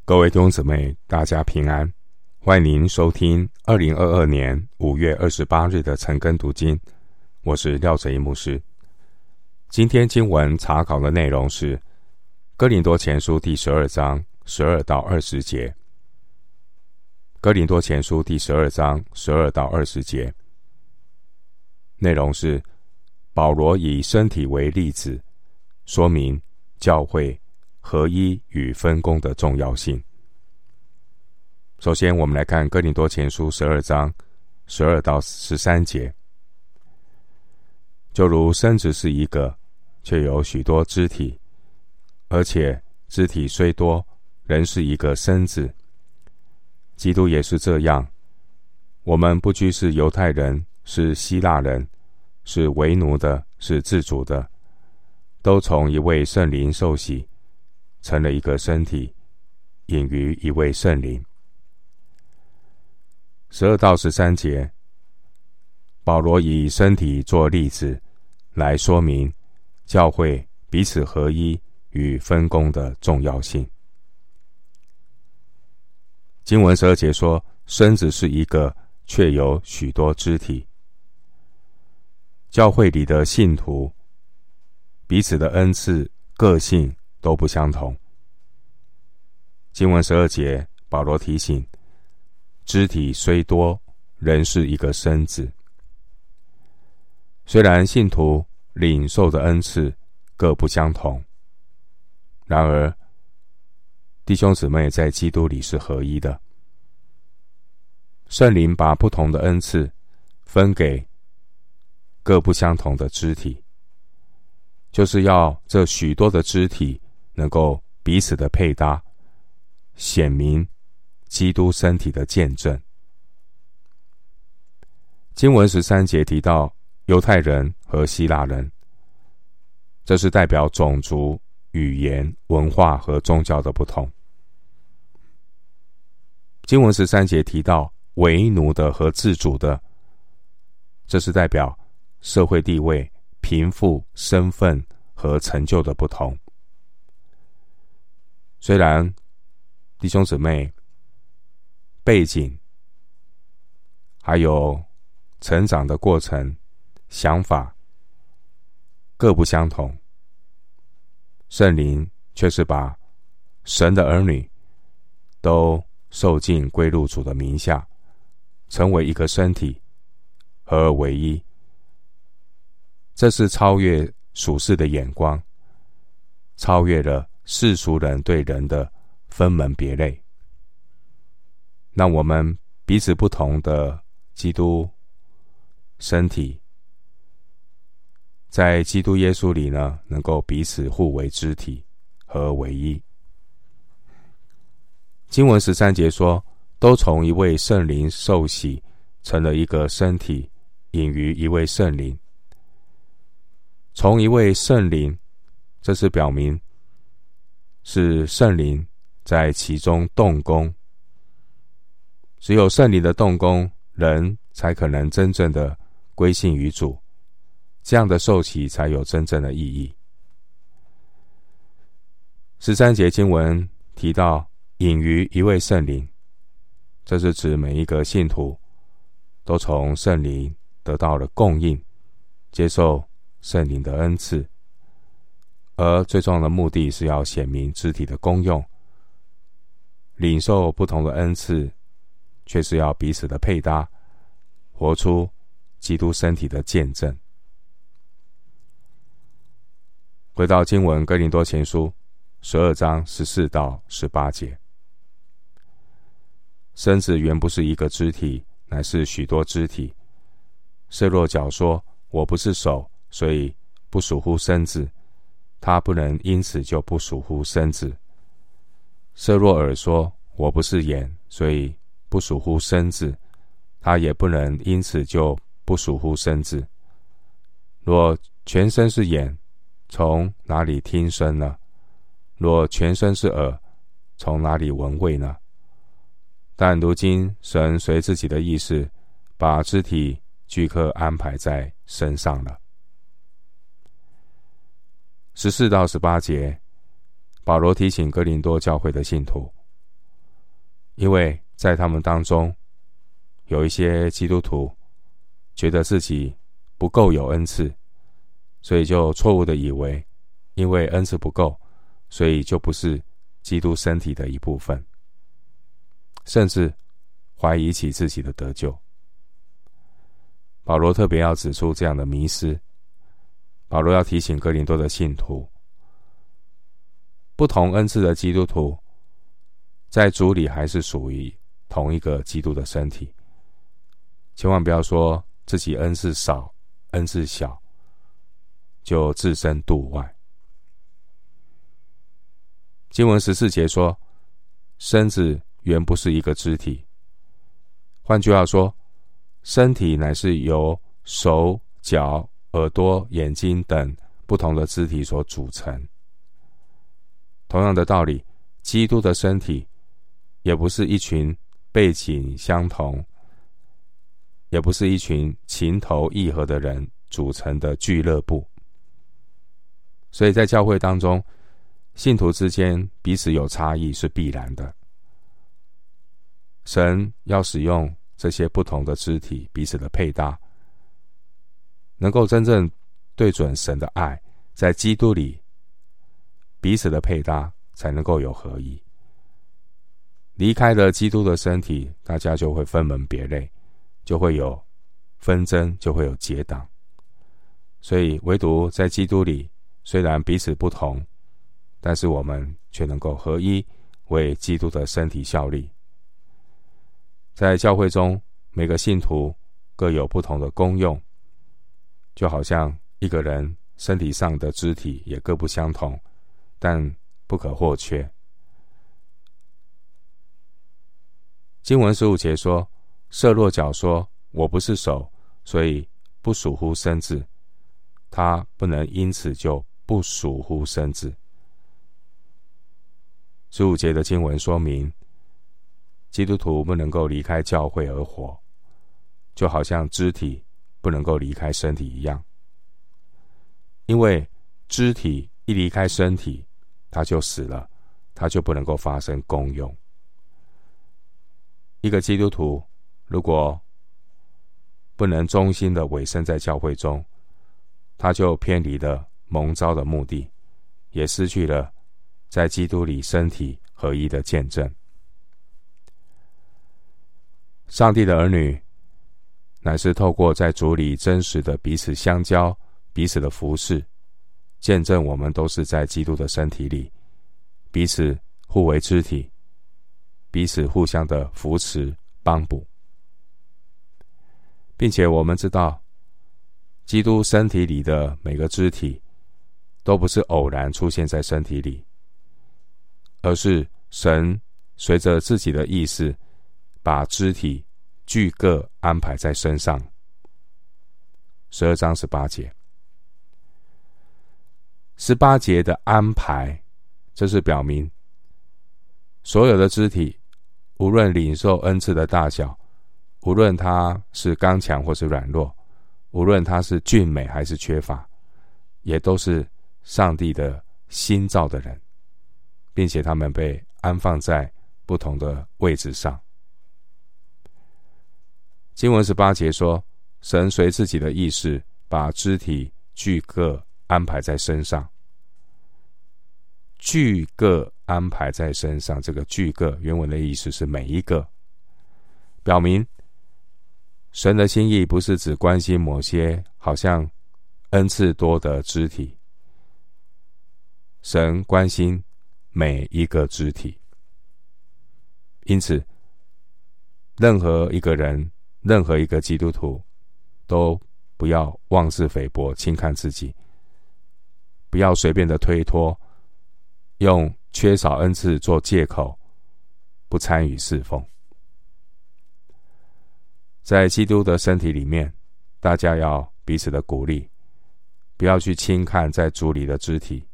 各位弟兄姊妹，大家平安，欢迎您收听2022年5月28日的晨更读经，我是廖哲一牧师。今天经文查考的内容是哥林多前书第12章12到20节。哥林多前书第12章12到20节，内容是保罗以身体为例子，说明教会合一与分工的重要性。首先，我们来看哥林多前书12章12到13节。就如身子是一个，却有许多肢体，而且肢体虽多，仍是一个身子。基督也是这样，我们不拘是犹太人，是希腊人，是为奴的，是自主的，都从一位圣灵受洗，成了一个身体，隐于一位圣灵。12到13节，保罗以身体做例子，来说明教会彼此合一与分工的重要性。经文12节说，身子是一个，却有许多肢体。教会里的信徒彼此的恩赐、个性都不相同。经文12节，保罗提醒，肢体虽多，仍是一个身子。虽然信徒领受的恩赐各不相同，然而弟兄姊妹在基督里是合一的。圣灵把不同的恩赐分给各不相同的肢体，就是要这许多的肢体能够彼此的配搭，显明基督身体的见证。经文13节提到犹太人和希腊人，这是代表种族、语言、文化和宗教的不同。经文13节提到为奴的和自主的，这是代表社会地位、贫富、身份和成就的不同。虽然弟兄姊妹背景还有成长的过程、想法各不相同，圣灵却是把神的儿女都受尽归入主的名下，成为一个身体，合而为一。这是超越属世的眼光，超越了世俗人对人的分门别类。让我们彼此不同的基督身体，在基督耶稣里呢，能够彼此互为肢体，合而为一。经文13节说，都从一位圣灵受洗，成了一个身体，隐于一位圣灵。从一位圣灵，这是表明是圣灵在其中动工。只有圣灵的动工，人才可能真正的归信于主，这样的受洗才有真正的意义。13节经文提到隐于一位圣灵，这是指每一个信徒都从圣灵得到了供应，接受圣灵的恩赐，而最重要的目的是要显明肢体的功用。领受不同的恩赐，却是要彼此的配搭，活出基督身体的见证。回到经文哥林多前书12章14到18节，身子原不是一个肢体，乃是许多肢体。设若脚说，我不是手，所以不属乎身子，他不能因此就不属乎身子。设若耳说，我不是眼，所以不属乎身子，他也不能因此就不属乎身子。若全身是眼，从哪里听声呢？若全身是耳，从哪里闻味呢？但如今神随自己的意思，把肢体俱可安排在身上了。14到18节，保罗提醒哥林多教会的信徒， 因为在他们当中有一些基督徒觉得自己不够有恩赐，所以就错误的以为因为恩赐不够，所以就不是基督身体的一部分，甚至怀疑起自己的得救。保罗特别要指出这样的迷思。保罗要提醒哥林多的信徒，不同恩赐的基督徒在主里还是属于同一个基督的身体，千万不要说自己恩赐少恩赐小就置身度外。经文14节说，身子原不是一个肢体，换句话说，身体乃是由手脚耳朵眼睛等不同的肢体所组成。同样的道理，基督的身体也不是一群背景相同，也不是一群情投意合的人组成的俱乐部。所以在教会当中，信徒之间彼此有差异是必然的。神要使用这些不同的肢体彼此的配搭，能够真正对准神的爱，在基督里彼此的配搭才能够有合一。离开了基督的身体，大家就会分门别类，就会有纷争，就会有结党。所以唯独在基督里，虽然彼此不同，但是我们却能够合一，为基督的身体效力。在教会中，每个信徒各有不同的功用，就好像一个人身体上的肢体也各不相同，但不可或缺。经文15节说，设若脚说我不是手，所以不属乎身子，他不能因此就不属乎身子。15节的经文说明，基督徒不能够离开教会而活，就好像肢体不能够离开身体一样。因为肢体一离开身体，它就死了，它就不能够发生功用。一个基督徒如果不能忠心的委身在教会中，他就偏离了蒙召的目的，也失去了在基督里身体合一的见证。上帝的儿女乃是透过在主里真实的彼此相交，彼此的服侍，见证我们都是在基督的身体里，彼此互为肢体，彼此互相的扶持帮补。并且我们知道，基督身体里的每个肢体都不是偶然出现在身体里，而是神随着自己的意思把肢体俱各安排在身上。12章18节，18节的安排，这是表明所有的肢体，无论领受恩赐的大小，无论它是刚强或是软弱，无论它是俊美还是缺乏，也都是上帝的新造的人，并且他们被安放在不同的位置上。经文18节说，神随自己的意思把肢体俱各安排在身上。俱各安排在身上，这个俱各原文的意思是每一个，表明神的心意不是只关心某些好像恩赐多的肢体，神关心每一个肢体。因此任何一个人，任何一个基督徒都不要妄自菲薄，轻看自己，不要随便的推脱，用缺少恩赐做借口，不参与侍奉。在基督的身体里面，大家要彼此的鼓励，不要去轻看在主里的肢体。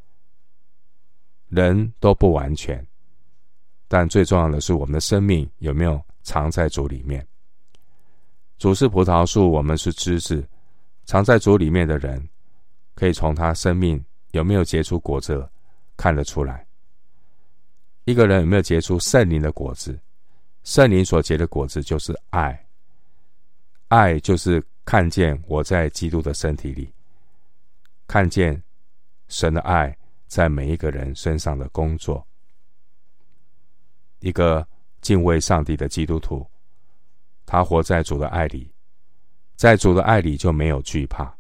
人都不完全，但最重要的是我们的生命有没有藏在主里面。主是葡萄树，我们是枝子，藏在主里面的人，可以从他生命有没有结出果子看得出来。一个人有没有结出圣灵的果子， 圣灵所结的果子就是爱，爱就是看见我在基督的身体里，看见神的爱在每一个人身上的工作。一个敬畏上帝的基督徒，他活在主的爱里，在主的爱里就没有惧怕。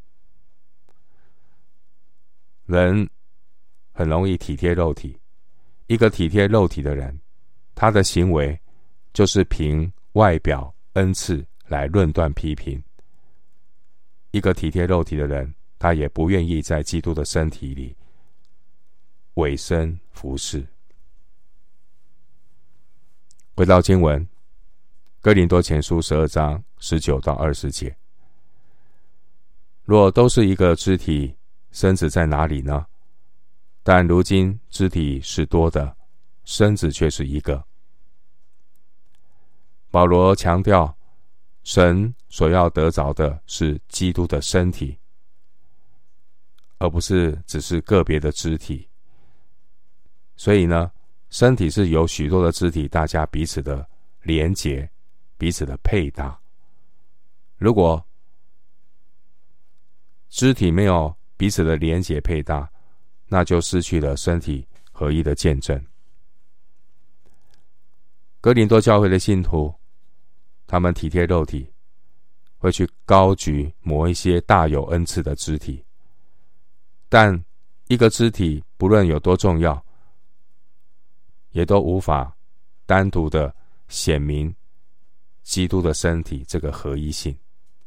人很容易体贴肉体，一个体贴肉体的人，他的行为就是凭外表恩赐来论断批评。一个体贴肉体的人，他也不愿意在基督的身体里委身服侍。回到经文，哥林多前书12章19到20节，若都是一个肢体，身子在哪里呢？但如今肢体是多的，身子却是一个。保罗强调，神所要得着的是基督的身体，而不是只是个别的肢体。所以呢，身体是由许多的肢体，大家彼此的连结，彼此的配搭。如果肢体没有彼此的连结配搭，那就失去了身体合一的见证。哥林多教会的信徒，他们体贴肉体，会去高举某一些大有恩赐的肢体，但一个肢体不论有多重要，也都无法单独的显明基督的身体这个合一性。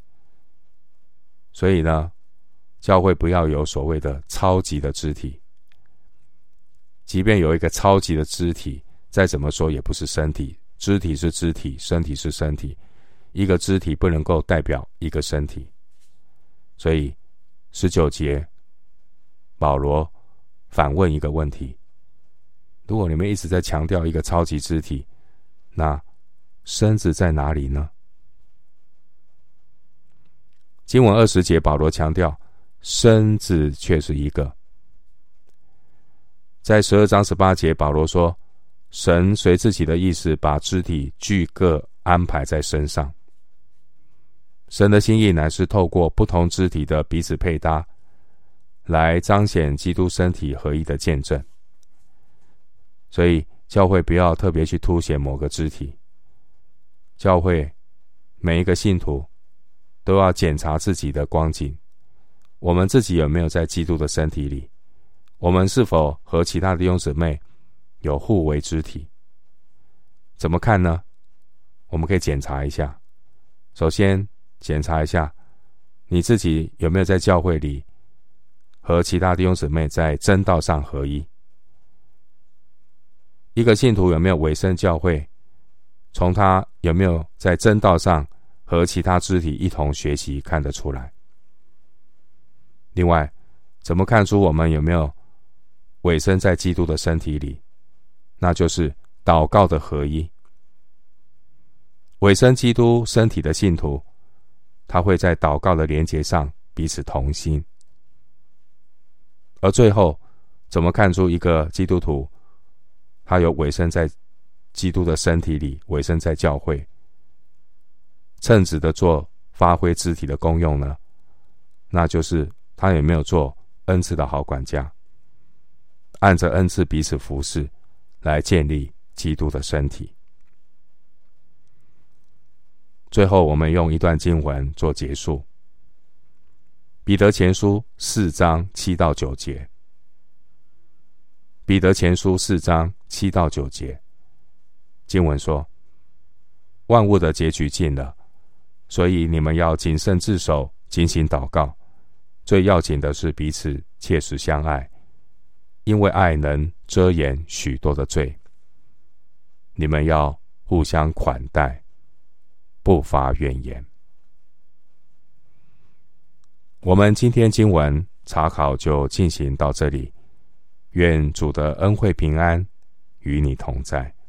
所以呢，教会不要有所谓的超级的肢体，即便有一个超级的肢体，再怎么说也不是身体。肢体是肢体，身体是身体，一个肢体不能够代表一个身体。所以19节保罗反问一个问题，如果你们一直在强调一个超级肢体，那身子在哪里呢？经文20节保罗强调身子却是一个。在12章18节保罗说，神随自己的意思把肢体俱各安排在身上。神的心意乃是透过不同肢体的彼此配搭，来彰显基督身体合一的见证。所以教会不要特别去凸显某个肢体，教会每一个信徒都要检查自己的光景，我们自己有没有在基督的身体里，我们是否和其他的弟兄姊妹有互为肢体。怎么看呢？我们可以检查一下。首先检查一下你自己有没有在教会里和其他弟兄姊妹在真道上合一。一个信徒有没有委身教会，从他有没有在真道上和其他肢体一同学习看得出来。另外，怎么看出我们有没有委身在基督的身体里？那就是祷告的合一。委身基督身体的信徒，他会在祷告的连结上彼此同心。而最后，怎么看出一个基督徒他有委身在基督的身体里，委身在教会，称职的做发挥肢体的功用呢？那就是他有没有做恩赐的好管家，按着恩赐彼此服侍，来建立基督的身体。最后我们用一段经文做结束，彼得前书4章7到9节。彼得前书4章7到9节，经文说，万物的结局近了，所以你们要谨慎自守，警醒祷告。最要紧的是彼此切实相爱，因为爱能遮掩许多的罪。你们要互相款待，不发怨言。我们今天经文查考就进行到这里，愿主的恩惠平安与你同在。